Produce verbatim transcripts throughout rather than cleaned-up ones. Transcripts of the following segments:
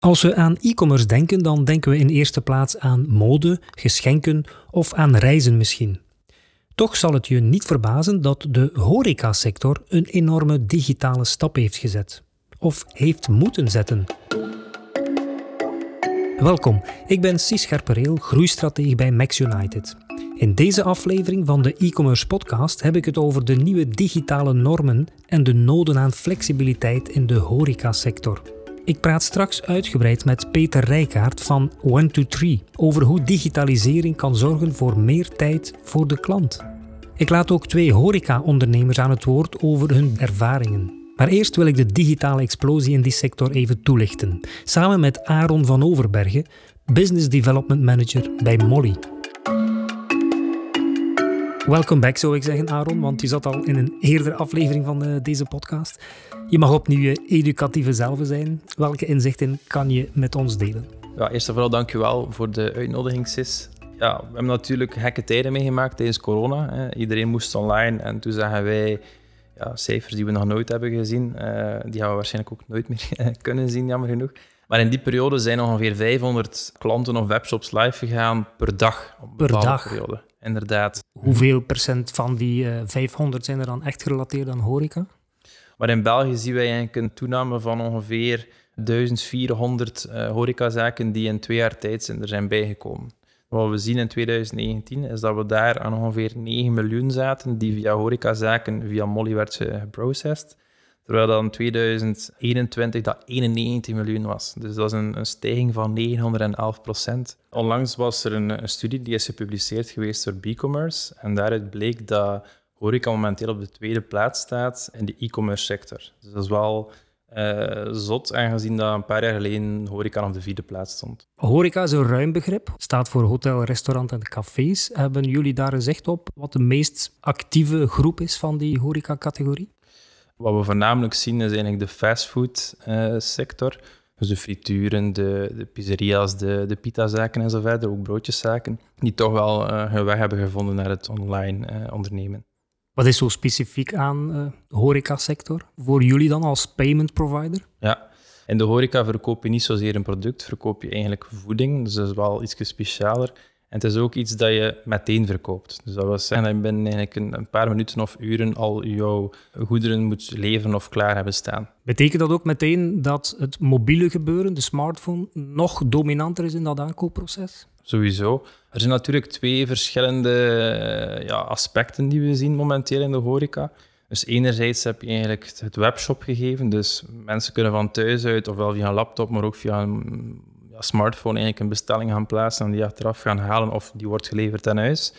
Als we aan e-commerce denken, dan denken we in eerste plaats aan mode, geschenken of aan reizen misschien. Toch zal het je niet verbazen dat de horecasector een enorme digitale stap heeft gezet. Of heeft moeten zetten. Welkom, ik ben Cies Scherpereel, groeistratege bij Max United. In deze aflevering van de e-commerce podcast heb ik het over de nieuwe digitale normen en de noden aan flexibiliteit in de horecasector. Ik praat straks uitgebreid met Peter Rijkaard van one two three over hoe digitalisering kan zorgen voor meer tijd voor de klant. Ik laat ook twee horeca-ondernemers aan het woord over hun ervaringen. Maar eerst wil ik de digitale explosie in die sector even toelichten. Samen met Aaron van Overbergen, Business Development Manager bij Molly. Welcome back, zou ik zeggen, Aaron, want je zat al in een eerdere aflevering van de, deze podcast. Je mag opnieuw je educatieve zelf zijn. Welke inzichten kan je met ons delen? Ja, eerst en vooral dankjewel voor de uitnodiging, Sis. Ja, we hebben natuurlijk gekke tijden meegemaakt tijdens corona. Hè. Iedereen moest online en toen zagen wij ja, cijfers die we nog nooit hebben gezien. Uh, die gaan we waarschijnlijk ook nooit meer kunnen zien, jammer genoeg. Maar in die periode zijn ongeveer vijfhonderd klanten of webshops live gegaan per dag. Op een per dag? Periode. Inderdaad. Hoeveel procent van die uh, vijfhonderd zijn er dan echt gerelateerd aan horeca? Maar in België zien wij eigenlijk een toename van ongeveer duizend vierhonderd uh, horecazaken die in twee jaar tijd zijn, er zijn bijgekomen. Wat we zien in twintig negentien is dat we daar aan ongeveer negen miljoen zaten die via horecazaken via Molly werd geprocessed. Terwijl dat in twintig eenentwintig dat eenennegentig miljoen was. Dus dat is een, een stijging van negenhonderdelf procent. Onlangs was er een, een studie die is gepubliceerd geweest door B-commerce. En daaruit bleek dat horeca momenteel op de tweede plaats staat in de e-commerce sector. Dus dat is wel uh, zot, aangezien dat een paar jaar geleden horeca op de vierde plaats stond. Horeca is een ruim begrip. Staat voor hotel, restaurant en cafés. Hebben jullie daar een zicht op wat de meest actieve groep is van die horeca-categorie? Wat we voornamelijk zien is eigenlijk de fastfood uh, sector. Dus de frituren, de, de pizzeria's, de, de pitazaken en zo verder, ook broodjeszaken, die toch wel uh, hun weg hebben gevonden naar het online uh, ondernemen. Wat is zo specifiek aan de uh, horecasector voor jullie dan als payment provider? Ja, in de horeca verkoop je niet zozeer een product, verkoop je eigenlijk voeding. Dus dat is wel iets specialer. En het is ook iets dat je meteen verkoopt. Dus dat wil zeggen dat je binnen eigenlijk een, een paar minuten of uren al jouw goederen moet leveren of klaar hebben staan. Betekent dat ook meteen dat het mobiele gebeuren, de smartphone, nog dominanter is in dat aankoopproces? Sowieso. Er zijn natuurlijk twee verschillende ja, aspecten die we zien momenteel in de horeca. Dus enerzijds heb je eigenlijk het webshopgegeven. Dus mensen kunnen van thuis uit, ofwel via een laptop, maar ook via een ja, smartphone eigenlijk een bestelling gaan plaatsen en die achteraf gaan halen of die wordt geleverd aan huis.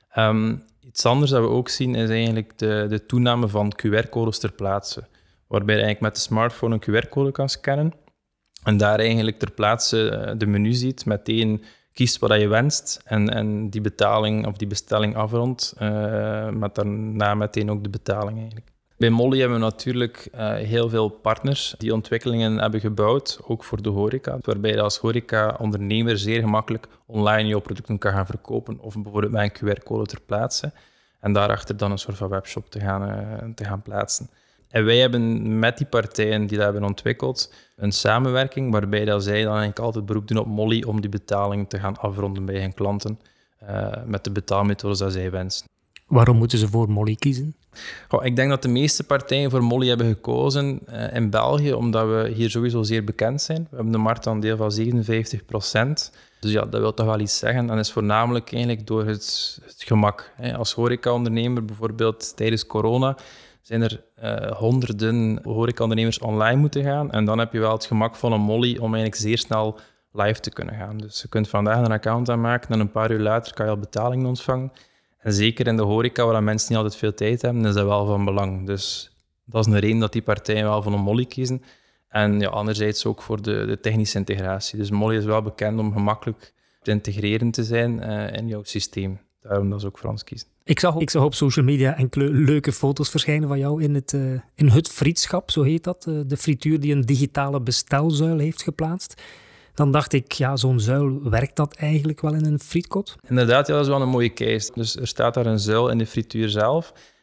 Um, iets anders dat we ook zien is eigenlijk de, de toename van Q R-codes ter plaatse. Waarbij je eigenlijk met de smartphone een Q R-code kan scannen en daar eigenlijk ter plaatse de menu ziet, meteen kiest wat je wenst en, en die betaling of die bestelling afrondt, uh, met daarna meteen ook de betaling eigenlijk. Bij Molly hebben we natuurlijk uh, heel veel partners die ontwikkelingen hebben gebouwd, ook voor de horeca, waarbij je als horeca-ondernemer zeer gemakkelijk online jouw producten kan gaan verkopen of bijvoorbeeld met een Q R-code ter plaatse en daarachter dan een soort van webshop te gaan, uh, te gaan plaatsen. En wij hebben met die partijen die dat hebben ontwikkeld een samenwerking waarbij dat zij dan eigenlijk altijd beroep doen op Molly om die betaling te gaan afronden bij hun klanten uh, met de betaalmethodes dat zij wensen. Waarom moeten ze voor Molly kiezen? Goh, ik denk dat de meeste partijen voor Molly hebben gekozen uh, in België, omdat we hier sowieso zeer bekend zijn. We hebben een marktaandeel van zevenenvijftig procent. Dus ja, dat wil toch wel iets zeggen. En dat is voornamelijk eigenlijk door het, het gemak. Als horeca-ondernemer bijvoorbeeld tijdens corona zijn er uh, honderden horeca-ondernemers online moeten gaan. En dan heb je wel het gemak van een Molly om eigenlijk zeer snel live te kunnen gaan. Dus je kunt vandaag een account aanmaken en een paar uur later kan je al betalingen ontvangen. En zeker in de horeca, waar mensen niet altijd veel tijd hebben, is dat wel van belang. Dus dat is een reden dat die partijen wel voor een Molly kiezen. En ja, anderzijds ook voor de, de technische integratie. Dus Molly is wel bekend om gemakkelijk te integreren te zijn uh, in jouw systeem. Daarom dat ze ook voor ons kiezen. Ik zag, ik zag op social media enkele leuke foto's verschijnen van jou in het, uh, in het frietschap, zo heet dat. Uh, de frituur die een digitale bestelzuil heeft geplaatst. Dan dacht ik, ja, zo'n zuil, werkt dat eigenlijk wel in een frietkot? Inderdaad, ja, dat is wel een mooie case. Dus er staat daar een zuil in de frituur zelf.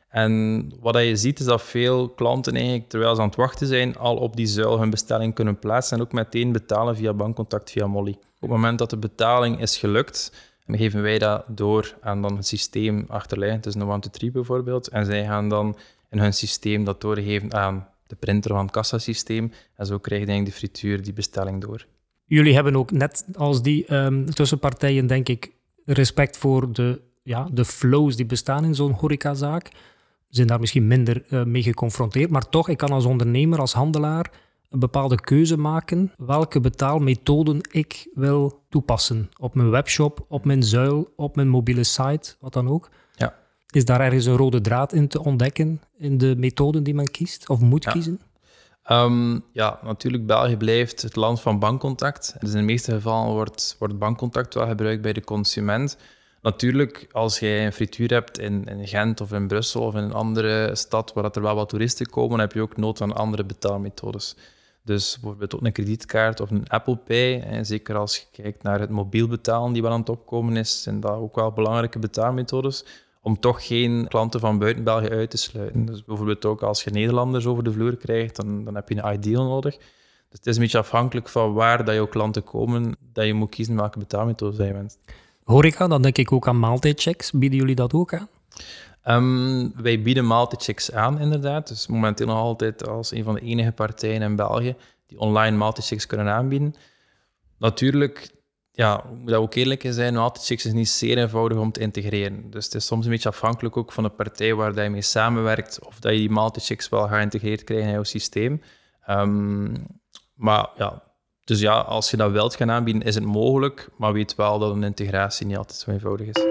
En wat je ziet is dat veel klanten eigenlijk, terwijl ze aan het wachten zijn, al op die zuil hun bestelling kunnen plaatsen en ook meteen betalen via bankcontact, via Molly. Op het moment dat de betaling is gelukt, dan geven wij dat door aan dan het systeem achterliggend, dus een one to three bijvoorbeeld, en zij gaan dan in hun systeem dat doorgeven aan de printer van het kassasysteem en zo krijgt eigenlijk de frituur die bestelling door. Jullie hebben ook net als die um, tussenpartijen, denk ik, respect voor de, ja, de flows die bestaan in zo'n horecazaak. We zijn daar misschien minder uh, mee geconfronteerd, maar toch, ik kan als ondernemer, als handelaar, een bepaalde keuze maken welke betaalmethoden ik wil toepassen. Op mijn webshop, op mijn zuil, op mijn mobiele site, wat dan ook. Ja. Is daar ergens een rode draad in te ontdekken in de methoden die men kiest of moet ja. kiezen? Um, ja, natuurlijk, België blijft het land van bankcontact. Dus in de meeste gevallen wordt, wordt bankcontact wel gebruikt bij de consument. Natuurlijk, als jij een frituur hebt in, in Gent of in Brussel of in een andere stad waar er wel wat toeristen komen, dan heb je ook nood aan andere betaalmethodes. Dus bijvoorbeeld ook een kredietkaart of een Apple Pay. En zeker als je kijkt naar het mobiel betalen die wel aan het opkomen is, zijn dat ook wel belangrijke betaalmethodes om toch geen klanten van buiten België uit te sluiten. Dus bijvoorbeeld ook als je Nederlanders over de vloer krijgt, dan, dan heb je een I D nodig. Dus het is een beetje afhankelijk van waar dat jouw klanten komen, dat je moet kiezen welke betaalmethode je wenst. Horeca, dan denk ik ook aan maaltijdchecks. Bieden jullie dat ook aan? Um, wij bieden maaltijdchecks aan, inderdaad. Dus momenteel nog altijd als een van de enige partijen in België die online maaltijdchecks kunnen aanbieden. Natuurlijk, ja, moet dat ook eerlijk zijn, maaltijdchecks is niet zeer eenvoudig om te integreren. Dus het is soms een beetje afhankelijk ook van de partij waar dat je mee samenwerkt, of dat je die maaltijdchecks wel geïntegreerd krijgt in jouw systeem. Um, maar ja, dus ja, als je dat wilt gaan aanbieden, is het mogelijk, maar weet wel dat een integratie niet altijd zo eenvoudig is.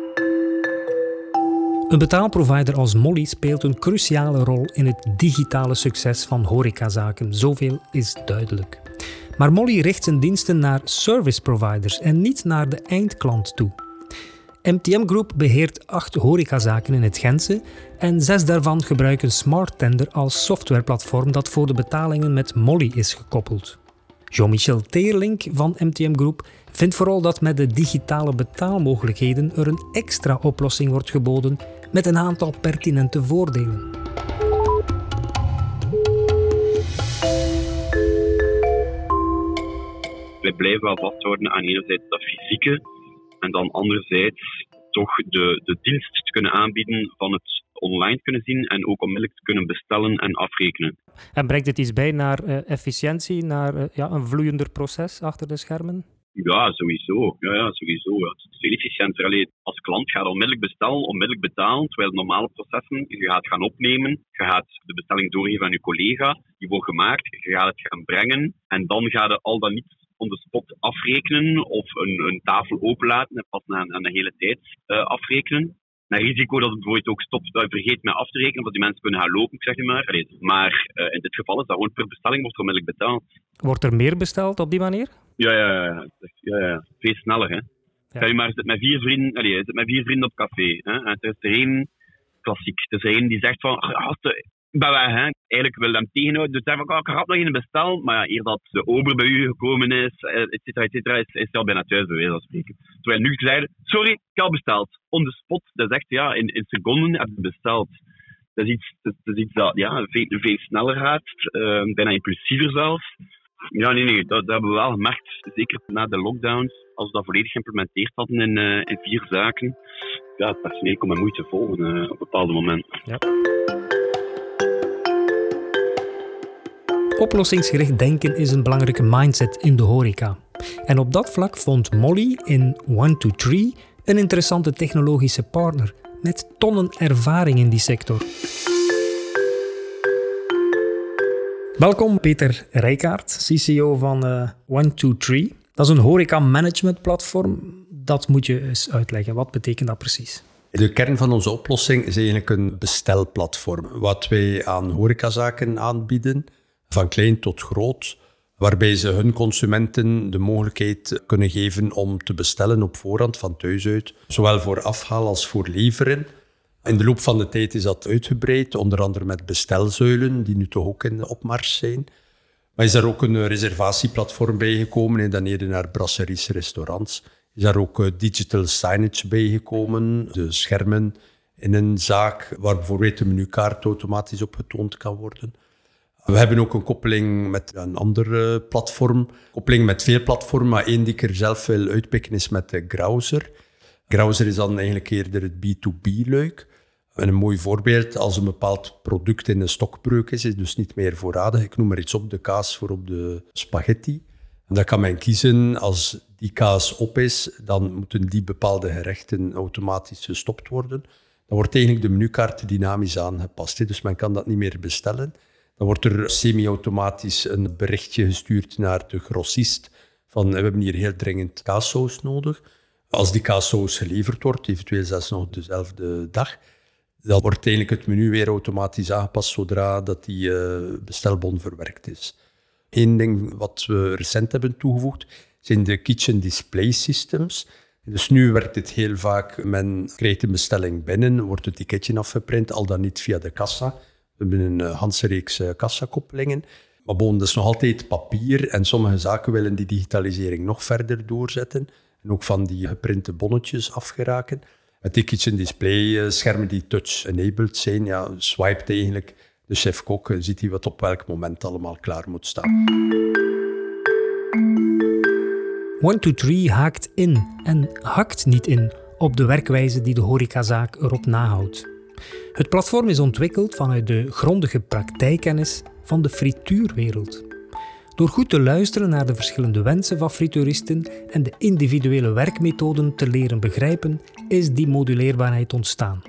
Een betaalprovider als Molly speelt een cruciale rol in het digitale succes van horecazaken. Zoveel is duidelijk. Maar Molly richt zijn diensten naar service providers en niet naar de eindklant toe. M T M Group beheert acht horecazaken in het Gentse en zes daarvan gebruiken SmartTender als softwareplatform dat voor de betalingen met Molly is gekoppeld. Jean-Michel Teerlink van M T M Group vindt vooral dat met de digitale betaalmogelijkheden er een extra oplossing wordt geboden met een aantal pertinente voordelen. Wij blijven wel vasthouden aan enerzijds dat fysieke en dan anderzijds toch de, de dienst te kunnen aanbieden van het online te kunnen zien en ook onmiddellijk te kunnen bestellen en afrekenen. En brengt het iets bij naar uh, efficiëntie, naar uh, ja, een vloeiender proces achter de schermen? Ja, sowieso. Ja, ja, sowieso. Ja. Het is veel efficiënter. Allee, als klant gaat onmiddellijk bestellen, onmiddellijk betalen, terwijl normale processen, je gaat gaan opnemen, je gaat de bestelling doorgeven aan je collega, die wordt gemaakt, je gaat het gaan brengen en dan ga je al dan niet on the spot afrekenen of een, een tafel openlaten en pas na, na een hele tijd uh, afrekenen. Met risico dat het bijvoorbeeld ook stopt, dat je vergeet met af te rekenen, dat die mensen kunnen gaan lopen, zeg je maar. Allee, maar uh, in dit geval is dat gewoon per bestelling wordt onmiddellijk betaald. Wordt er meer besteld op die manier? Ja, ja, ja. ja, ja. Veel sneller, hè. Ja. Kan je maar zit met vier vrienden, allee, zit met vier vrienden op café. Hè. En er is er één, klassiek, er is er één die zegt van, ik ben weg, hè. Eigenlijk wil je hem tegenhouden, dus hij van, ik had nog geen bestel. Maar ja, eer dat de ober bij u gekomen is, et cetera, et cetera, is, is hij al bijna thuis, bij wijze van spreken. Terwijl nu zeiden, sorry, ik heb al besteld. On the spot, dat is echt, ja, in, in seconden heb je besteld. Dat is iets dat, dat, is iets dat ja, veel, veel sneller gaat, uh, bijna impulsiever zelfs. Ja, nee, nee, dat, dat hebben we wel gemerkt. Zeker na de lockdowns, als we dat volledig geïmplementeerd hadden in, uh, in vier zaken. Ja, het personeel kon met moeite volgen uh, op bepaalde momenten. Ja. Oplossingsgericht denken is een belangrijke mindset in de horeca. En op dat vlak vond Molly in one two three een interessante technologische partner met tonnen ervaring in die sector. Welkom Peter Rijkaard, C C O van uh, one two three. Dat is een horeca-managementplatform. Dat moet je eens uitleggen. Wat betekent dat precies? De kern van onze oplossing is eigenlijk een bestelplatform. Wat wij aan horecazaken aanbieden, van klein tot groot, waarbij ze hun consumenten de mogelijkheid kunnen geven om te bestellen op voorhand van thuis uit, zowel voor afhaal als voor leveren. In de loop van de tijd is dat uitgebreid, onder andere met bestelzuilen, die nu toch ook in de opmars zijn. Maar is daar ook een reservatieplatform bijgekomen, en dan eerder naar brasseries, restaurants. Is daar ook digital signage bijgekomen, de schermen in een zaak waar bijvoorbeeld de menukaart automatisch opgetoond kan worden. We hebben ook een koppeling met een ander platform. Koppeling met veel platformen, maar één die ik er zelf wil uitpikken is met de Growser. Growser is dan eigenlijk eerder het B to B-luik. En een mooi voorbeeld, als een bepaald product in een stokbreuk is, is dus niet meer voorradig. Ik noem maar iets op, de kaas voor op de spaghetti. En dan kan men kiezen, als die kaas op is, dan moeten die bepaalde gerechten automatisch gestopt worden. Dan wordt eigenlijk de menukaart dynamisch aangepast. Dus men kan dat niet meer bestellen. Dan wordt er semi-automatisch een berichtje gestuurd naar de grossist van we hebben hier heel dringend kaassaus nodig. Als die kaassaus geleverd wordt, eventueel zelfs nog dezelfde dag, dan wordt eigenlijk het menu weer automatisch aangepast zodra dat die uh, bestelbon verwerkt is. Eén ding wat we recent hebben toegevoegd zijn de kitchen display systems. Dus nu werkt het heel vaak, men krijgt een bestelling binnen, wordt het ticketje afgeprint, al dan niet via de kassa. We hebben een uh, ganse reeks uh, kassakoppelingen. Maar bon, dat is nog altijd papier en sommige zaken willen die digitalisering nog verder doorzetten en ook van die geprinte bonnetjes afgeraken. Met die kitchen display schermen die touch-enabled zijn, ja, swipet eigenlijk de chef-kok, ziet hij wat op welk moment allemaal klaar moet staan. one two three haakt in en hakt niet in op de werkwijze die de horecazaak erop nahoudt. Het platform is ontwikkeld vanuit de grondige praktijkkennis van de frituurwereld. Door goed te luisteren naar de verschillende wensen van frituuristen en de individuele werkmethoden te leren begrijpen, is die moduleerbaarheid ontstaan.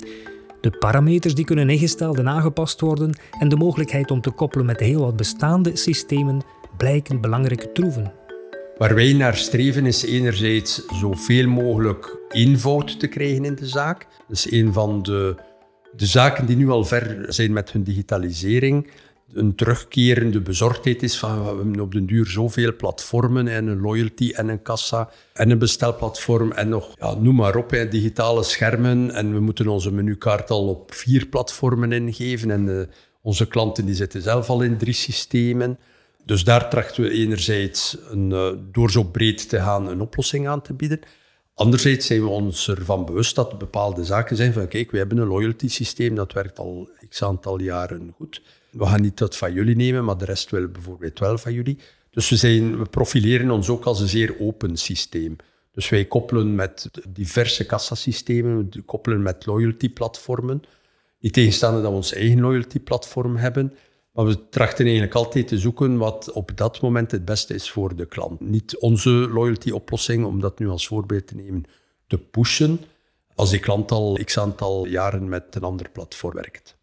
De parameters die kunnen ingesteld en aangepast worden en de mogelijkheid om te koppelen met heel wat bestaande systemen blijken belangrijke troeven. Waar wij naar streven is enerzijds zoveel mogelijk eenvoud te krijgen in de zaak. Dat is een van de, de zaken die nu al ver zijn met hun digitalisering. Een terugkerende bezorgdheid is van we hebben op den duur zoveel platformen en een loyalty en een kassa en een bestelplatform en nog, ja, noem maar op, hè, digitale schermen. En we moeten onze menukaart al op vier platformen ingeven en de, onze klanten die zitten zelf al in drie systemen. Dus daar trachten we enerzijds een, door zo breed te gaan een oplossing aan te bieden. Anderzijds zijn we ons ervan bewust dat bepaalde zaken zijn van kijk, we hebben een loyalty systeem, dat werkt al x aantal jaren goed. We gaan niet dat van jullie nemen, maar de rest willen bijvoorbeeld wel van jullie. Dus we, zijn, we profileren ons ook als een zeer open systeem. Dus wij koppelen met diverse kassasystemen, we koppelen met loyalty-platformen. Niet tegenstaande dat we ons eigen loyalty-platform hebben, maar we trachten eigenlijk altijd te zoeken wat op dat moment het beste is voor de klant. Niet onze loyalty-oplossing, om dat nu als voorbeeld te nemen, te pushen, als die klant al x aantal jaren met een ander platform werkt.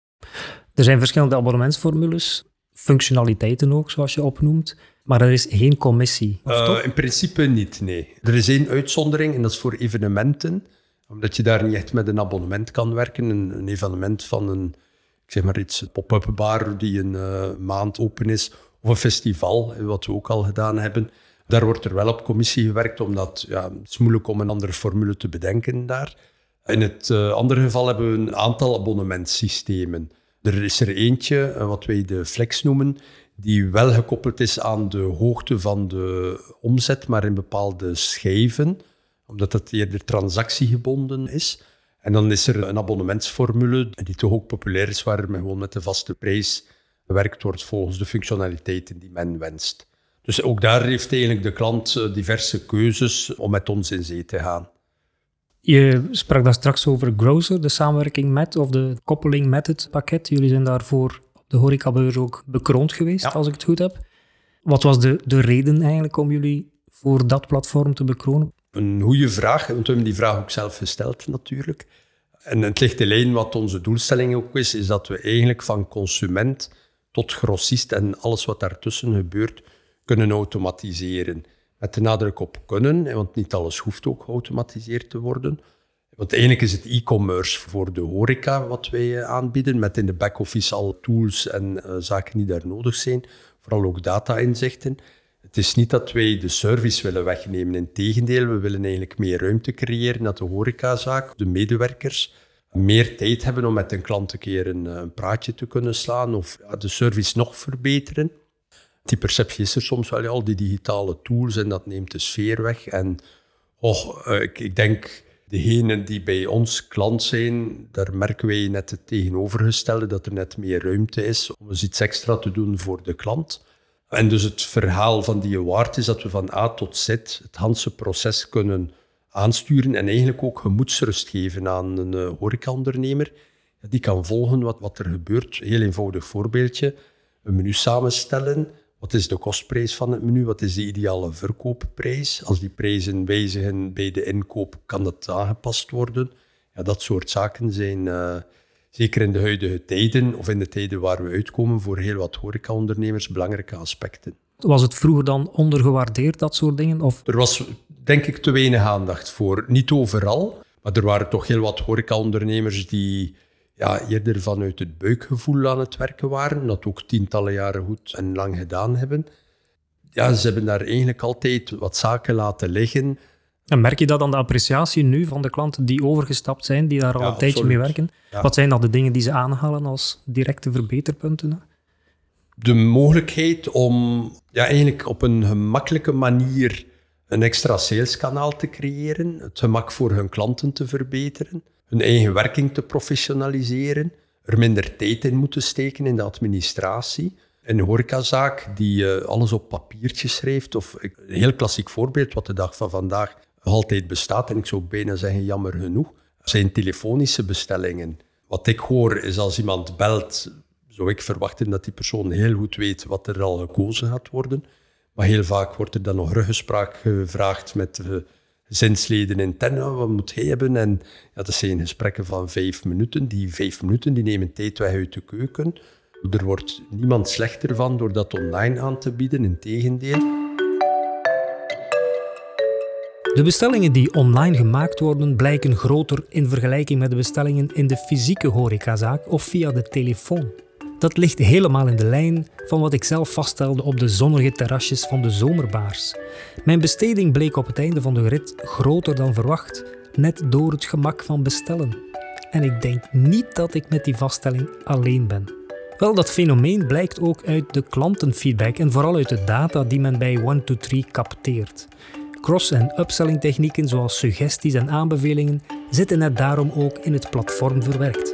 Er zijn verschillende abonnementsformules, functionaliteiten ook, zoals je opnoemt, maar er is geen commissie. Of uh, toch? In principe niet, nee. Er is één uitzondering en dat is voor evenementen, omdat je daar niet echt met een abonnement kan werken. Een, een evenement van een, ik zeg maar iets, pop-up bar die een uh, maand open is, of een festival, wat we ook al gedaan hebben. Daar wordt er wel op commissie gewerkt, omdat ja, het is moeilijk om een andere formule te bedenken daar. In het uh, andere geval hebben we een aantal abonnementsystemen. Er is er eentje, uh, wat wij de Flex noemen, die wel gekoppeld is aan de hoogte van de omzet, maar in bepaalde schijven, omdat dat eerder transactiegebonden is. En dan is er een abonnementsformule die toch ook populair is, waar men gewoon met de vaste prijs gewerkt wordt volgens de functionaliteiten die men wenst. Dus ook daar heeft eigenlijk de klant diverse keuzes om met ons in zee te gaan. Je sprak daar straks over Growser, de samenwerking met, of de koppeling met het pakket. Jullie zijn daarvoor op de horecabeurs ook bekroond geweest, ja. Als ik het goed heb. Wat was de, de reden eigenlijk om jullie voor dat platform te bekronen? Een goede vraag, want we hebben die vraag ook zelf gesteld natuurlijk. En het ligt in lijn wat onze doelstelling ook is, is dat we eigenlijk van consument tot grossist en alles wat daartussen gebeurt, kunnen automatiseren. Met de nadruk op kunnen, want niet alles hoeft ook geautomatiseerd te worden. Want eigenlijk is het e-commerce voor de horeca wat wij aanbieden, met in de back-office al tools en uh, zaken die daar nodig zijn, vooral ook data-inzichten. Het is niet dat wij de service willen wegnemen. Integendeel, we willen eigenlijk meer ruimte creëren dat de horecazaak, de medewerkers, meer tijd hebben om met een klant een keer een, een praatje te kunnen slaan of ja, de service nog verbeteren. Die perceptie is er soms wel, al die digitale tools, en dat neemt de sfeer weg. En oh, ik, ik denk Degenen die bij ons klant zijn, daar merken wij net het tegenovergestelde, dat er net meer ruimte is om eens iets extra te doen voor de klant. En dus het verhaal van die award is dat we van A tot Z het hele proces kunnen aansturen en eigenlijk ook gemoedsrust geven aan een uh, horecaondernemer. Die kan volgen wat, wat er gebeurt. Heel eenvoudig voorbeeldje. Een menu samenstellen. Wat is de kostprijs van het menu? Wat is de ideale verkoopprijs? Als die prijzen wijzigen bij de inkoop, kan dat aangepast worden. Ja, dat soort zaken zijn, uh, zeker in de huidige tijden, of in de tijden waar we uitkomen, voor heel wat horecaondernemers belangrijke aspecten. Was het vroeger dan ondergewaardeerd, dat soort dingen? Of? Er was, denk ik, te weinig aandacht voor. Niet overal, maar er waren toch heel wat horecaondernemers die ja, eerder vanuit het buikgevoel aan het werken waren, dat ook tientallen jaren goed en lang gedaan hebben. Ja, ze hebben daar eigenlijk altijd wat zaken laten liggen. En merk je dat aan de appreciatie nu van de klanten die overgestapt zijn, die daar al Ja, een tijdje absoluut. mee werken? Ja. Wat zijn dan de dingen die ze aanhalen als directe verbeterpunten? De mogelijkheid om ja, eigenlijk op een gemakkelijke manier een extra saleskanaal te creëren, het gemak voor hun klanten te verbeteren, hun eigen werking te professionaliseren, er minder tijd in moeten steken in de administratie. Een horecazaak die uh, alles op papiertje schrijft, of een heel klassiek voorbeeld wat de dag van vandaag nog altijd bestaat, en ik zou bijna zeggen jammer genoeg, zijn telefonische bestellingen. Wat ik hoor is als iemand belt, zou ik verwachten dat die persoon heel goed weet wat er al gekozen gaat worden. Maar heel vaak wordt er dan nog ruggespraak gevraagd met uh, gezinsleden intern. Wat moet hij hebben? En ja, dat zijn gesprekken van vijf minuten. Die vijf minuten die nemen tijd weg uit de keuken. Er wordt niemand slechter van door dat online aan te bieden, integendeel. De bestellingen die online gemaakt worden blijken groter in vergelijking met de bestellingen in de fysieke horecazaak of via de telefoon. Dat ligt helemaal in de lijn van wat ik zelf vaststelde op de zonnige terrasjes van de zomerbaars. Mijn besteding bleek op het einde van de rit groter dan verwacht, net door het gemak van bestellen. En ik denk niet dat ik met die vaststelling alleen ben. Wel, dat fenomeen blijkt ook uit de klantenfeedback en vooral uit de data die men bij one two three capteert. Cross- en upselling technieken zoals suggesties en aanbevelingen zitten net daarom ook in het platform verwerkt.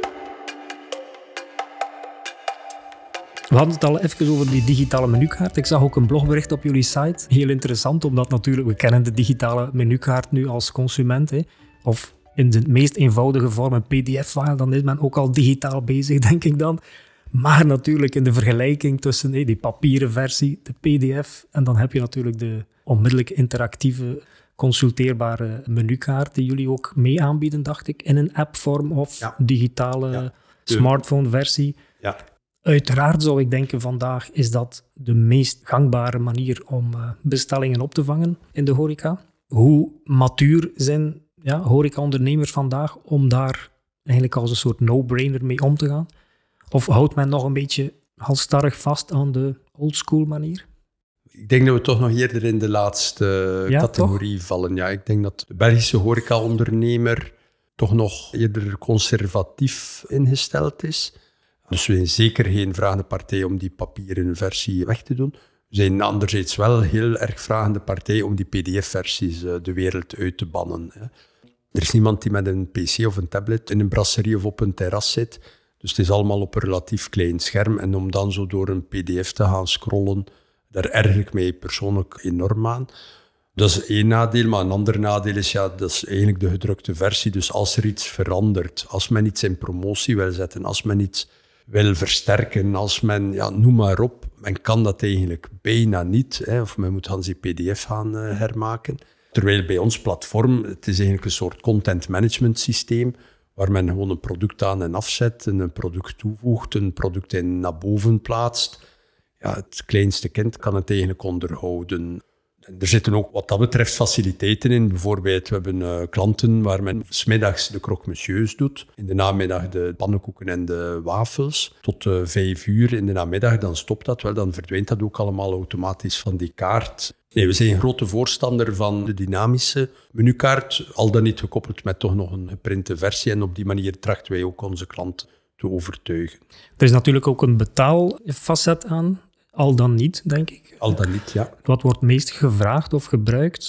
We hadden het al even over die digitale menukaart. Ik zag ook een blogbericht op jullie site. Heel interessant, omdat natuurlijk we kennen de digitale menukaart nu als consument. Hè. Of in de meest eenvoudige vorm een P D F-file, dan is men ook al digitaal bezig, denk ik dan. Maar natuurlijk in de vergelijking tussen hey, die papieren versie, de P D F, en dan heb je natuurlijk de onmiddellijk interactieve, consulteerbare menukaart die jullie ook mee aanbieden, dacht ik, in een appvorm of Ja. digitale Ja. smartphone-versie. Ja. Uiteraard zou ik denken, vandaag is dat de meest gangbare manier om uh, bestellingen op te vangen in de horeca. Hoe matuur zijn ja, horecaondernemers vandaag om daar eigenlijk als een soort no-brainer mee om te gaan? Of houdt men nog een beetje halstarrig vast aan de oldschool manier? Ik denk dat we toch nog eerder in de laatste Ja, categorie vallen. Ja, ik denk dat de Belgische horecaondernemer toch nog eerder conservatief ingesteld is. Dus we zijn zeker geen vragende partij om die papieren versie weg te doen. We zijn anderzijds wel heel erg vragende partij om die P D F-versies de wereld uit te bannen. Er is niemand die met een P C of een tablet in een brasserie of op een terras zit. Dus het is allemaal op een relatief klein scherm. En om dan zo door een P D F te gaan scrollen, daar erger ik mij persoonlijk enorm aan. Dat is één nadeel, maar een ander nadeel is, ja, dat is eigenlijk de gedrukte versie. Dus als er iets verandert, als men iets in promotie wil zetten, als men iets wil versterken, als men, ja, noem maar op, men kan dat eigenlijk bijna niet. Hè, of men moet dan die P D F gaan uh, hermaken. Terwijl bij ons platform, het is eigenlijk een soort content management systeem, waar men gewoon een product aan en afzet, een product toevoegt, een product in naar boven plaatst. Ja, het kleinste kind kan het eigenlijk onderhouden. En er zitten ook wat dat betreft faciliteiten in. Bijvoorbeeld, we hebben uh, klanten waar men 's middags de croque monsieurs doet, in de namiddag de pannenkoeken en de wafels. Tot uh, vijf uur in de namiddag, dan stopt dat wel, dan verdwijnt dat ook allemaal automatisch van die kaart. Nee, we zijn een grote voorstander van de dynamische menukaart, al dan niet gekoppeld met toch nog een geprinte versie. En op die manier trachten wij ook onze klant te overtuigen. Er is natuurlijk ook een betaalfacet aan, al dan niet, denk ik. Al dan niet, ja. Wat wordt meest gevraagd of gebruikt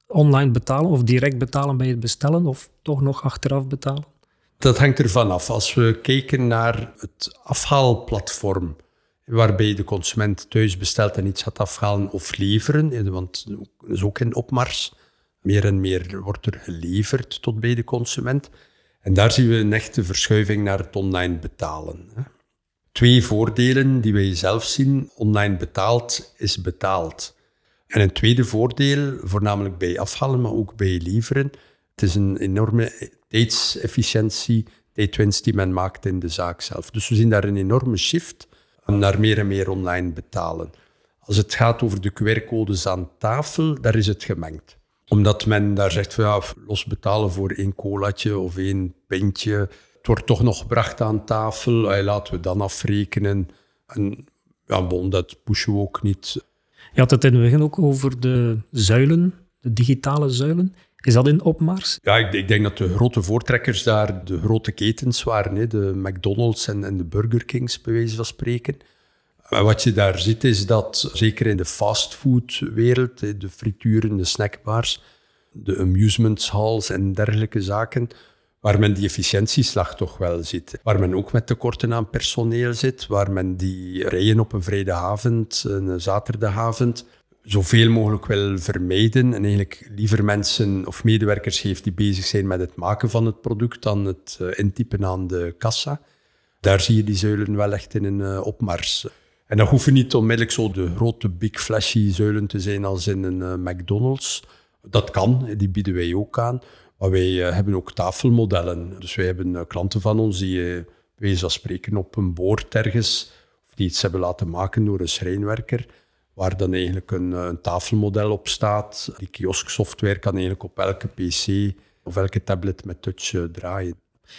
online betalen of direct betalen bij het bestellen of toch nog achteraf betalen? Dat hangt ervan af. Als we kijken naar het afhaalplatform, waarbij de consument thuis bestelt en iets gaat afhalen of leveren, want dat is ook in opmars. Meer en meer wordt er geleverd tot bij de consument. En daar zien we een echte verschuiving naar het online betalen. Twee voordelen die wij zelf zien. Online betaald is betaald. En een tweede voordeel, voornamelijk bij afhalen, maar ook bij leveren. Het is een enorme tijdsefficiëntie, tijdwinst die men maakt in de zaak zelf. Dus we zien daar een enorme shift naar meer en meer online betalen. Als het gaat over de Q R-codes aan tafel, daar is het gemengd. Omdat men daar zegt van ja, los betalen voor één colaatje of één pintje. Het wordt toch nog gebracht aan tafel. Ay, laten we dan afrekenen. En ja, bon, dat pushen we ook niet. Je had het in het begin ook over de zuilen, de digitale zuilen. Is dat in opmars? Ja, ik, ik denk dat de grote voortrekkers daar de grote ketens waren. Hè? De McDonald's en, en de Burger Kings, bij wijze van spreken. Maar wat je daar ziet is dat, zeker in de fastfoodwereld, de frituren, de snackbars, de amusement halls en dergelijke zaken, waar men die efficiëntieslag toch wel ziet. Waar men ook met tekorten aan personeel zit, waar men die rijen op een vrijdagavond, een zaterdagavond, zoveel mogelijk wil vermijden en eigenlijk liever mensen of medewerkers heeft die bezig zijn met het maken van het product dan het intypen aan de kassa. Daar zie je die zuilen wel echt in een opmars. En dat hoeven niet onmiddellijk zo de grote big flashy zuilen te zijn als in een uh, McDonald's. Dat kan, die bieden wij ook aan. Maar wij uh, hebben ook tafelmodellen. Dus wij hebben uh, klanten van ons die, uh, wij zal spreken, op een boord ergens, of die iets hebben laten maken door een schrijnwerker, waar dan eigenlijk een, uh, een tafelmodel op staat. Die kiosksoftware kan eigenlijk op elke pc of elke tablet met touch uh, draaien.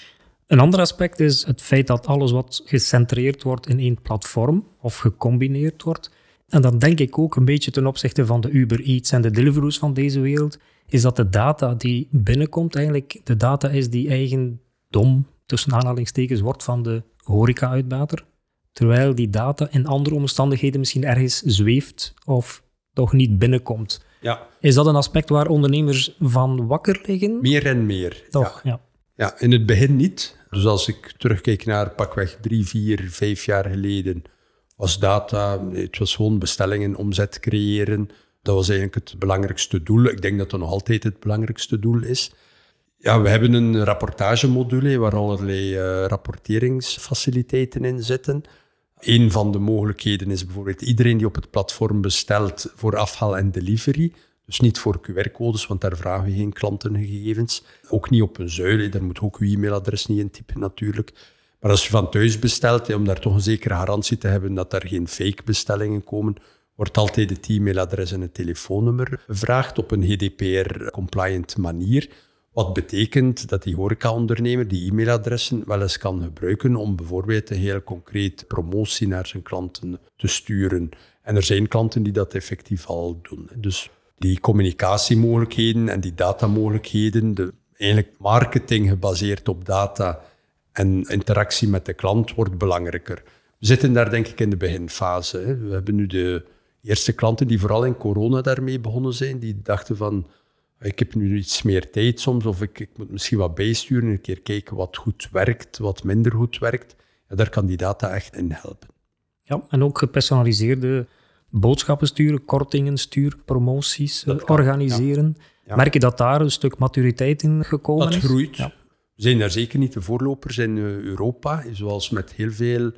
Een ander aspect is het feit dat alles wat gecentreerd wordt in één platform of gecombineerd wordt. En dan denk ik ook een beetje ten opzichte van de Uber Eats en de Deliveroo's van deze wereld, is dat de data die binnenkomt eigenlijk de data is die eigendom, tussen aanhalingstekens, wordt van de horeca-uitbater. Terwijl die data in andere omstandigheden misschien ergens zweeft of toch niet binnenkomt. Ja. Is dat een aspect waar ondernemers van wakker liggen? Meer en meer. Toch, ja. ja. Ja, in het begin niet. Dus als ik terugkijk naar pakweg drie, vier, vijf jaar geleden, was data, het was gewoon bestellingen, omzet creëren. Dat was eigenlijk het belangrijkste doel. Ik denk dat dat nog altijd het belangrijkste doel is. Ja, we hebben een rapportagemodule waar allerlei uh, rapporteringsfaciliteiten in zitten. Een van de mogelijkheden is bijvoorbeeld iedereen die op het platform bestelt voor afhaal en delivery. Dus niet voor Q R-codes, want daar vragen we geen klantengegevens. Ook niet op een zuil, daar moet ook uw e-mailadres niet in typen natuurlijk. Maar als je van thuis bestelt, om daar toch een zekere garantie te hebben dat er geen fake bestellingen komen, wordt altijd het e-mailadres en het telefoonnummer gevraagd op een G D P R-compliant manier. Wat betekent dat die horecaondernemer die e-mailadressen wel eens kan gebruiken om bijvoorbeeld een heel concreet promotie naar zijn klanten te sturen. En er zijn klanten die dat effectief al doen. Dus die communicatiemogelijkheden en die datamogelijkheden, de eigenlijk marketing gebaseerd op data en interactie met de klant wordt belangrijker. We zitten daar denk ik in de beginfase. Hè. We hebben nu de eerste klanten die vooral in corona daarmee begonnen zijn, die dachten van ik heb nu iets meer tijd soms of ik, ik moet misschien wat bijsturen, een keer kijken wat goed werkt, wat minder goed werkt. Ja, daar kan die data echt in helpen. Ja, en ook gepersonaliseerde boodschappen sturen, kortingen sturen, promoties uh, organiseren. Ja. Ja. Merk je dat daar een stuk maturiteit in gekomen dat is? Dat groeit. Ja. We zijn daar zeker niet de voorlopers in Europa. Zoals met heel veel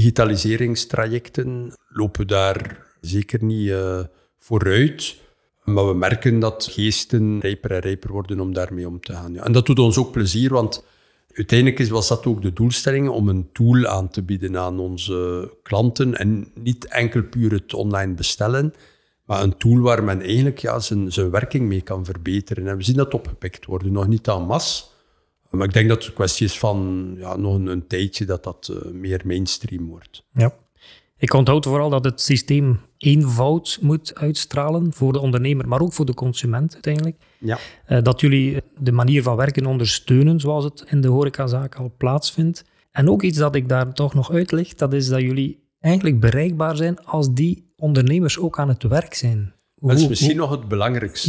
digitaliseringstrajecten lopen we daar zeker niet uh, vooruit. Maar we merken dat geesten rijper en rijper worden om daarmee om te gaan. Ja. En dat doet ons ook plezier, want uiteindelijk was dat ook de doelstelling om een tool aan te bieden aan onze klanten. En niet enkel puur het online bestellen, maar een tool waar men eigenlijk ja, zijn, zijn werking mee kan verbeteren. En we zien dat opgepikt worden, nog niet en masse. Maar ik denk dat het een kwestie is van ja, nog een, een tijdje dat dat uh, meer mainstream wordt. Ja. Ik onthoud vooral dat het systeem eenvoud moet uitstralen voor de ondernemer, maar ook voor de consument uiteindelijk. Ja. Uh, dat jullie de manier van werken ondersteunen zoals het in de horecazaak al plaatsvindt. En ook iets dat ik daar toch nog uitlicht, dat is dat jullie eigenlijk bereikbaar zijn als die ondernemers ook aan het werk zijn. Dat is misschien hoe... nog het belangrijkste. Ja?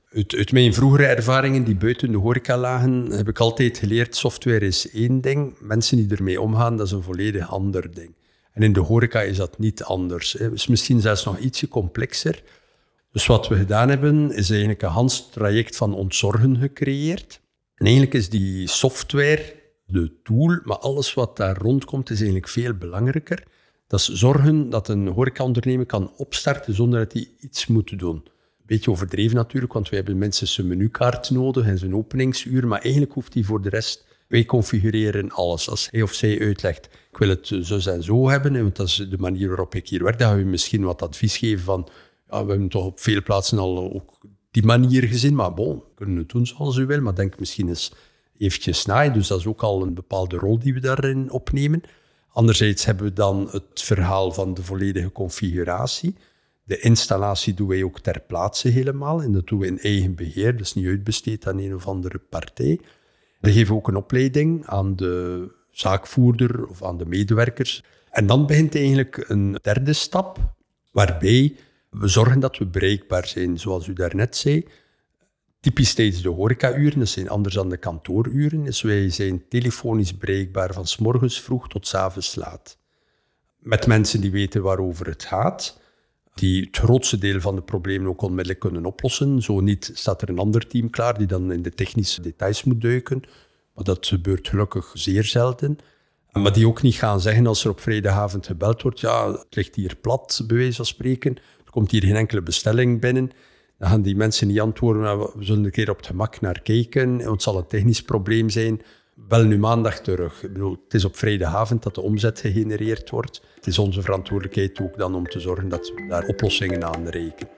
Uit, uit mijn vroegere ervaringen die buiten de horeca lagen, heb ik altijd geleerd, software is één ding, mensen die ermee omgaan, dat is een volledig ander ding. En in de horeca is dat niet anders. Het is misschien zelfs nog ietsje complexer. Dus wat we gedaan hebben, is eigenlijk een Hans traject van ontzorgen gecreëerd. En eigenlijk is die software de tool, maar alles wat daar rondkomt is eigenlijk veel belangrijker. Dat is zorgen dat een horecaondernemer kan opstarten zonder dat hij iets moet doen. Een beetje overdreven natuurlijk, want wij hebben mensen zijn menukaart nodig en zijn openingsuur, maar eigenlijk hoeft hij voor de rest... Wij configureren alles. Als hij of zij uitlegt, ik wil het zo en zo hebben, want dat is de manier waarop ik hier werk, dan gaan we misschien wat advies geven van, ja, we hebben toch op veel plaatsen al ook die manier gezien, maar bon, we kunnen het doen zoals u wil, maar denk misschien eens eventjes na. Dus dat is ook al een bepaalde rol die we daarin opnemen. Anderzijds hebben we dan het verhaal van de volledige configuratie. De installatie doen wij ook ter plaatse helemaal. En dat doen we in eigen beheer, dus niet uitbesteed aan een of andere partij. We geven ook een opleiding aan de zaakvoerder of aan de medewerkers. En dan begint eigenlijk een derde stap, waarbij we zorgen dat we bereikbaar zijn, zoals u daarnet zei. Typisch tijdens de horecauren, dat zijn anders dan de kantooruren. Dus wij zijn telefonisch bereikbaar van 's morgens vroeg tot 's avonds laat. Met mensen die weten waarover het gaat, die het grootste deel van de problemen ook onmiddellijk kunnen oplossen. Zo niet staat er een ander team klaar die dan in de technische details moet duiken. Maar dat gebeurt gelukkig zeer zelden. Maar die ook niet gaan zeggen als er op vrijdagavond gebeld wordt, ja, het ligt hier plat, bij wijze van spreken. Er komt hier geen enkele bestelling binnen. Dan gaan die mensen niet antwoorden, nou, we zullen een keer op het gemak naar kijken. Het zal een technisch probleem zijn. Bel nu maandag terug. Ik bedoel, het is op vrijdagavond dat de omzet gegenereerd wordt. Het is onze verantwoordelijkheid ook dan om te zorgen dat we daar oplossingen aan rekenen.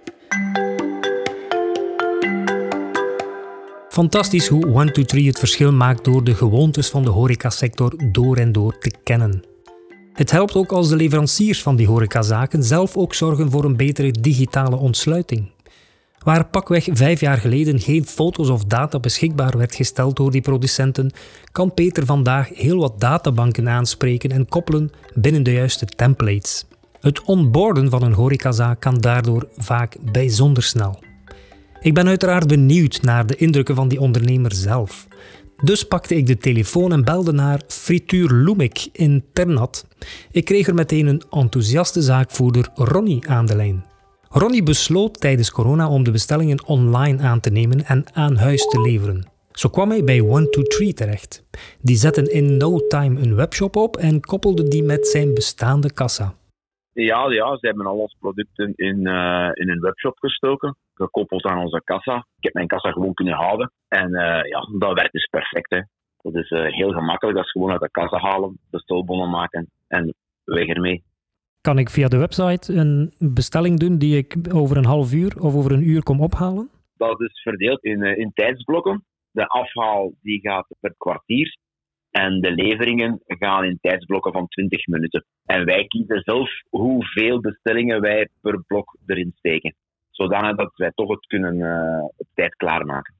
Fantastisch hoe one two three het verschil maakt door de gewoontes van de horecasector door en door te kennen. Het helpt ook als de leveranciers van die horecazaken zelf ook zorgen voor een betere digitale ontsluiting. Waar pakweg vijf jaar geleden geen foto's of data beschikbaar werd gesteld door die producenten, kan Peter vandaag heel wat databanken aanspreken en koppelen binnen de juiste templates. Het onboarden van een horecazaak kan daardoor vaak bijzonder snel. Ik ben uiteraard benieuwd naar de indrukken van die ondernemer zelf. Dus pakte ik de telefoon en belde naar Frituur Loemik in Ternat. Ik kreeg er meteen een enthousiaste zaakvoerder Ronnie aan de lijn. Ronnie besloot tijdens corona om de bestellingen online aan te nemen en aan huis te leveren. Zo kwam hij bij one two three terecht. Die zetten in no time een webshop op en koppelde die met zijn bestaande kassa. Ja, ja, ze hebben al onze producten in, uh, in een webshop gestoken, gekoppeld aan onze kassa. Ik heb mijn kassa gewoon kunnen houden. En uh, ja, dat werkt dus perfect. Hè. Dat is uh, heel gemakkelijk. Dat is gewoon uit de kassa halen, bestelbonnen maken en weg ermee. Kan ik via de website een bestelling doen die ik over een half uur of over een uur kom ophalen? Dat is verdeeld in, uh, in tijdsblokken. De afhaal die gaat per kwartier. En de leveringen gaan in tijdsblokken van twintig minuten. En wij kiezen zelf hoeveel bestellingen wij per blok erin steken. Zodanig dat wij toch het kunnen uh, op tijd klaarmaken.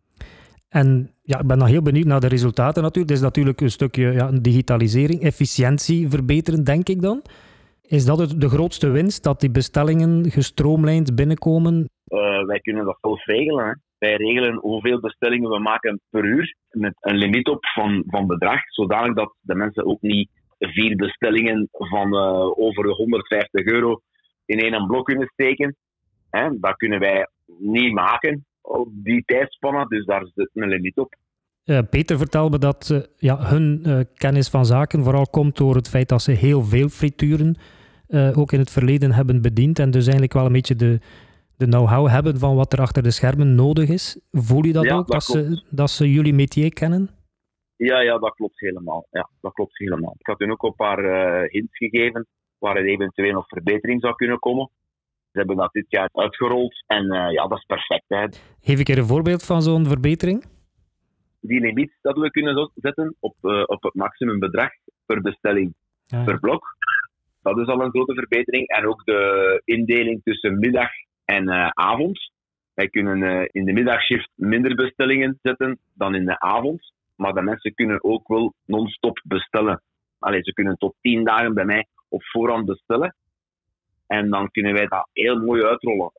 En ja, ik ben nog heel benieuwd naar de resultaten natuurlijk. Het is natuurlijk een stukje ja, digitalisering, efficiëntie verbeteren, denk ik dan. Is dat het, de grootste winst, dat die bestellingen gestroomlijnd binnenkomen? Uh, wij kunnen dat zelf regelen. Hè. Wij regelen hoeveel bestellingen we maken per uur, met een limiet op van, van bedrag, zodanig dat de mensen ook niet vier bestellingen van uh, over de honderdvijftig euro in één blok kunnen steken. Hè. Dat kunnen wij niet maken op die tijdspanne, dus daar zit een limiet op. Uh, Peter vertelde dat uh, ja, hun uh, kennis van zaken vooral komt door het feit dat ze heel veel frituren uh, ook in het verleden hebben bediend en dus eigenlijk wel een beetje de, de know-how hebben van wat er achter de schermen nodig is. Voel je dat ja, ook, dat, dat, ze, dat ze jullie métier kennen? Ja, ja, dat klopt helemaal. Ja, dat klopt helemaal. Ik had hun ook een paar uh, hints gegeven waar er eventueel nog verbetering zou kunnen komen. Ze hebben dat dit jaar uitgerold en uh, ja, dat is perfect. Hè. Geef ik er een voorbeeld van zo'n verbetering? Die limiet dat we kunnen zetten op, uh, op het maximumbedrag per bestelling ja. per blok. Dat is al een grote verbetering. En ook de indeling tussen middag en uh, avond. Wij kunnen uh, in de middagshift minder bestellingen zetten dan in de avond. Maar de mensen kunnen ook wel non-stop bestellen. Allee, ze kunnen tot tien dagen bij mij op voorhand bestellen. En dan kunnen wij dat heel mooi uitrollen.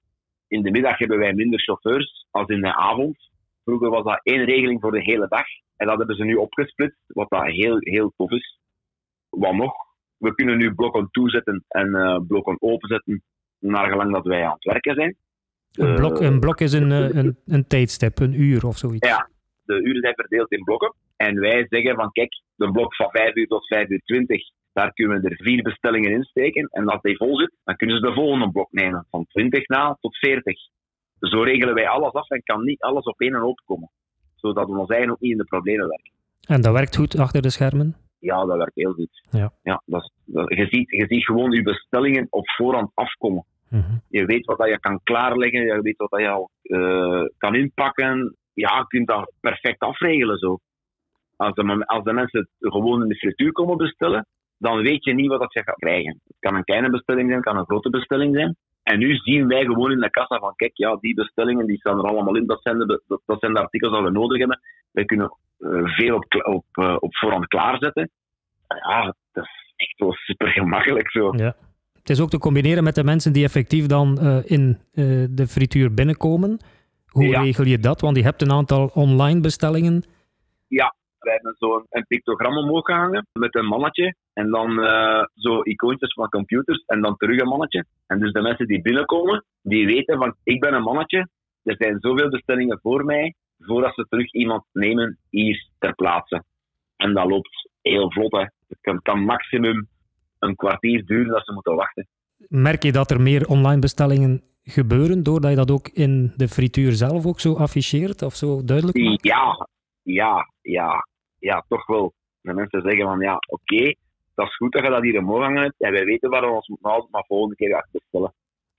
In de middag hebben wij minder chauffeurs als in de avond. Vroeger was dat één regeling voor de hele dag. En dat hebben ze nu opgesplitst, wat dat heel, heel tof is. Wat nog? We kunnen nu blokken toezetten en uh, blokken openzetten naar gelang dat wij aan het werken zijn. Een blok, een blok is een, uh, een, een tijdstip, een uur of zoiets. Ja, de uren zijn verdeeld in blokken. En wij zeggen van kijk, de blok van vijf uur tot vijf uur twintig, daar kunnen we er vier bestellingen in steken. En als die vol zit, dan kunnen ze de volgende blok nemen. Van twintig na tot veertig. Zo regelen wij alles af en kan niet alles op één en hoop komen. Zodat we ons eigen ook niet in de problemen werken. En dat werkt goed achter de schermen? Ja, dat werkt heel goed. Ja. Ja, dat is, dat, je, ziet, je ziet gewoon je bestellingen op voorhand afkomen. Mm-hmm. Je weet wat dat je kan klaarleggen, je weet wat dat je al uh, kan inpakken. Ja, je kunt dat perfect afregelen zo. Als de, als de mensen gewoon in de frituur komen bestellen, dan weet je niet wat dat je gaat krijgen. Het kan een kleine bestelling zijn, het kan een grote bestelling zijn. En nu zien wij gewoon in de kassa van, kijk, ja, die bestellingen die staan er allemaal in. Dat zijn de, dat, dat zijn de artikels die we nodig hebben. Wij kunnen uh, veel op, op, uh, op voorhand klaarzetten. Ja, dat is echt wel super gemakkelijk zo. Ja. Het is ook te combineren met de mensen die effectief dan uh, in uh, de frituur binnenkomen. Hoe ja. regel je dat? Want je hebt een aantal online bestellingen. Ja, wij hebben zo'n een pictogram omhoog gehangen met een mannetje. En dan uh, zo icoontjes van computers en dan terug een mannetje. En dus de mensen die binnenkomen, die weten van ik ben een mannetje. Er zijn zoveel bestellingen voor mij, voordat ze terug iemand nemen hier ter plaatse. En dat loopt heel vlot. Hè. Het kan, kan maximum een kwartier duren dat ze moeten wachten. Merk je dat er meer online bestellingen gebeuren, doordat je dat ook in de frituur zelf ook zo afficheert of zo duidelijk maakt? Ja, ja, ja, ja, toch wel. De mensen zeggen van ja, oké, okay, dat is goed dat je dat hier omhoog hangen hebt en wij weten waar we ons moeten houden, maar volgende keer ga ik bestellen.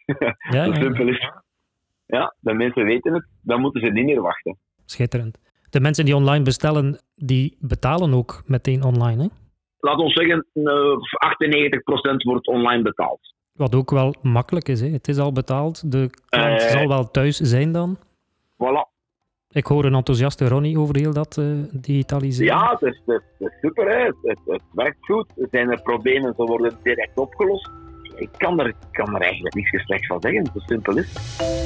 Ja, Zo ja, simpel ja. is het. Ja, de mensen weten het, dan moeten ze niet meer wachten. Schitterend. De mensen die online bestellen, die betalen ook meteen online, hè? Laat ons zeggen, achtennegentig procent wordt online betaald. Wat ook wel makkelijk is, hè? Het is al betaald. De klant uh, zal wel thuis zijn dan. Voilà. Ik hoor een enthousiaste Ronnie over heel dat uh, digitaliseren. Ja, het is, het is super, hè. Het, het, het werkt goed. Er zijn er problemen, ze worden direct opgelost. Ik kan er, ik kan er eigenlijk niks slechts van zeggen, zo simpel is het.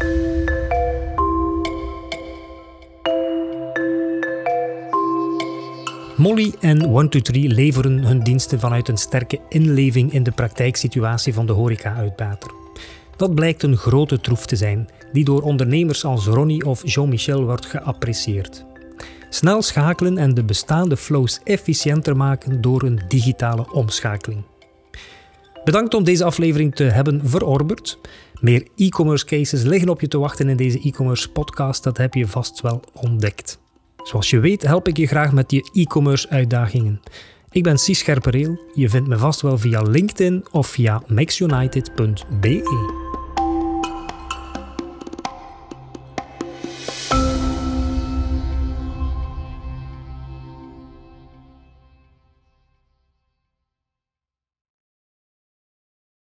Molly en one two three leveren hun diensten vanuit een sterke inleving in de praktijksituatie van de horeca-uitbater. Dat blijkt een grote troef te zijn, die door ondernemers als Ronnie of Jean-Michel wordt geapprecieerd. Snel schakelen en de bestaande flows efficiënter maken door een digitale omschakeling. Bedankt om deze aflevering te hebben verorberd. Meer e-commerce cases liggen op je te wachten in deze e-commerce podcast, dat heb je vast wel ontdekt. Zoals je weet help ik je graag met je e-commerce uitdagingen. Ik ben Cies Scherpereel, je vindt me vast wel via LinkedIn of via max united punt b e.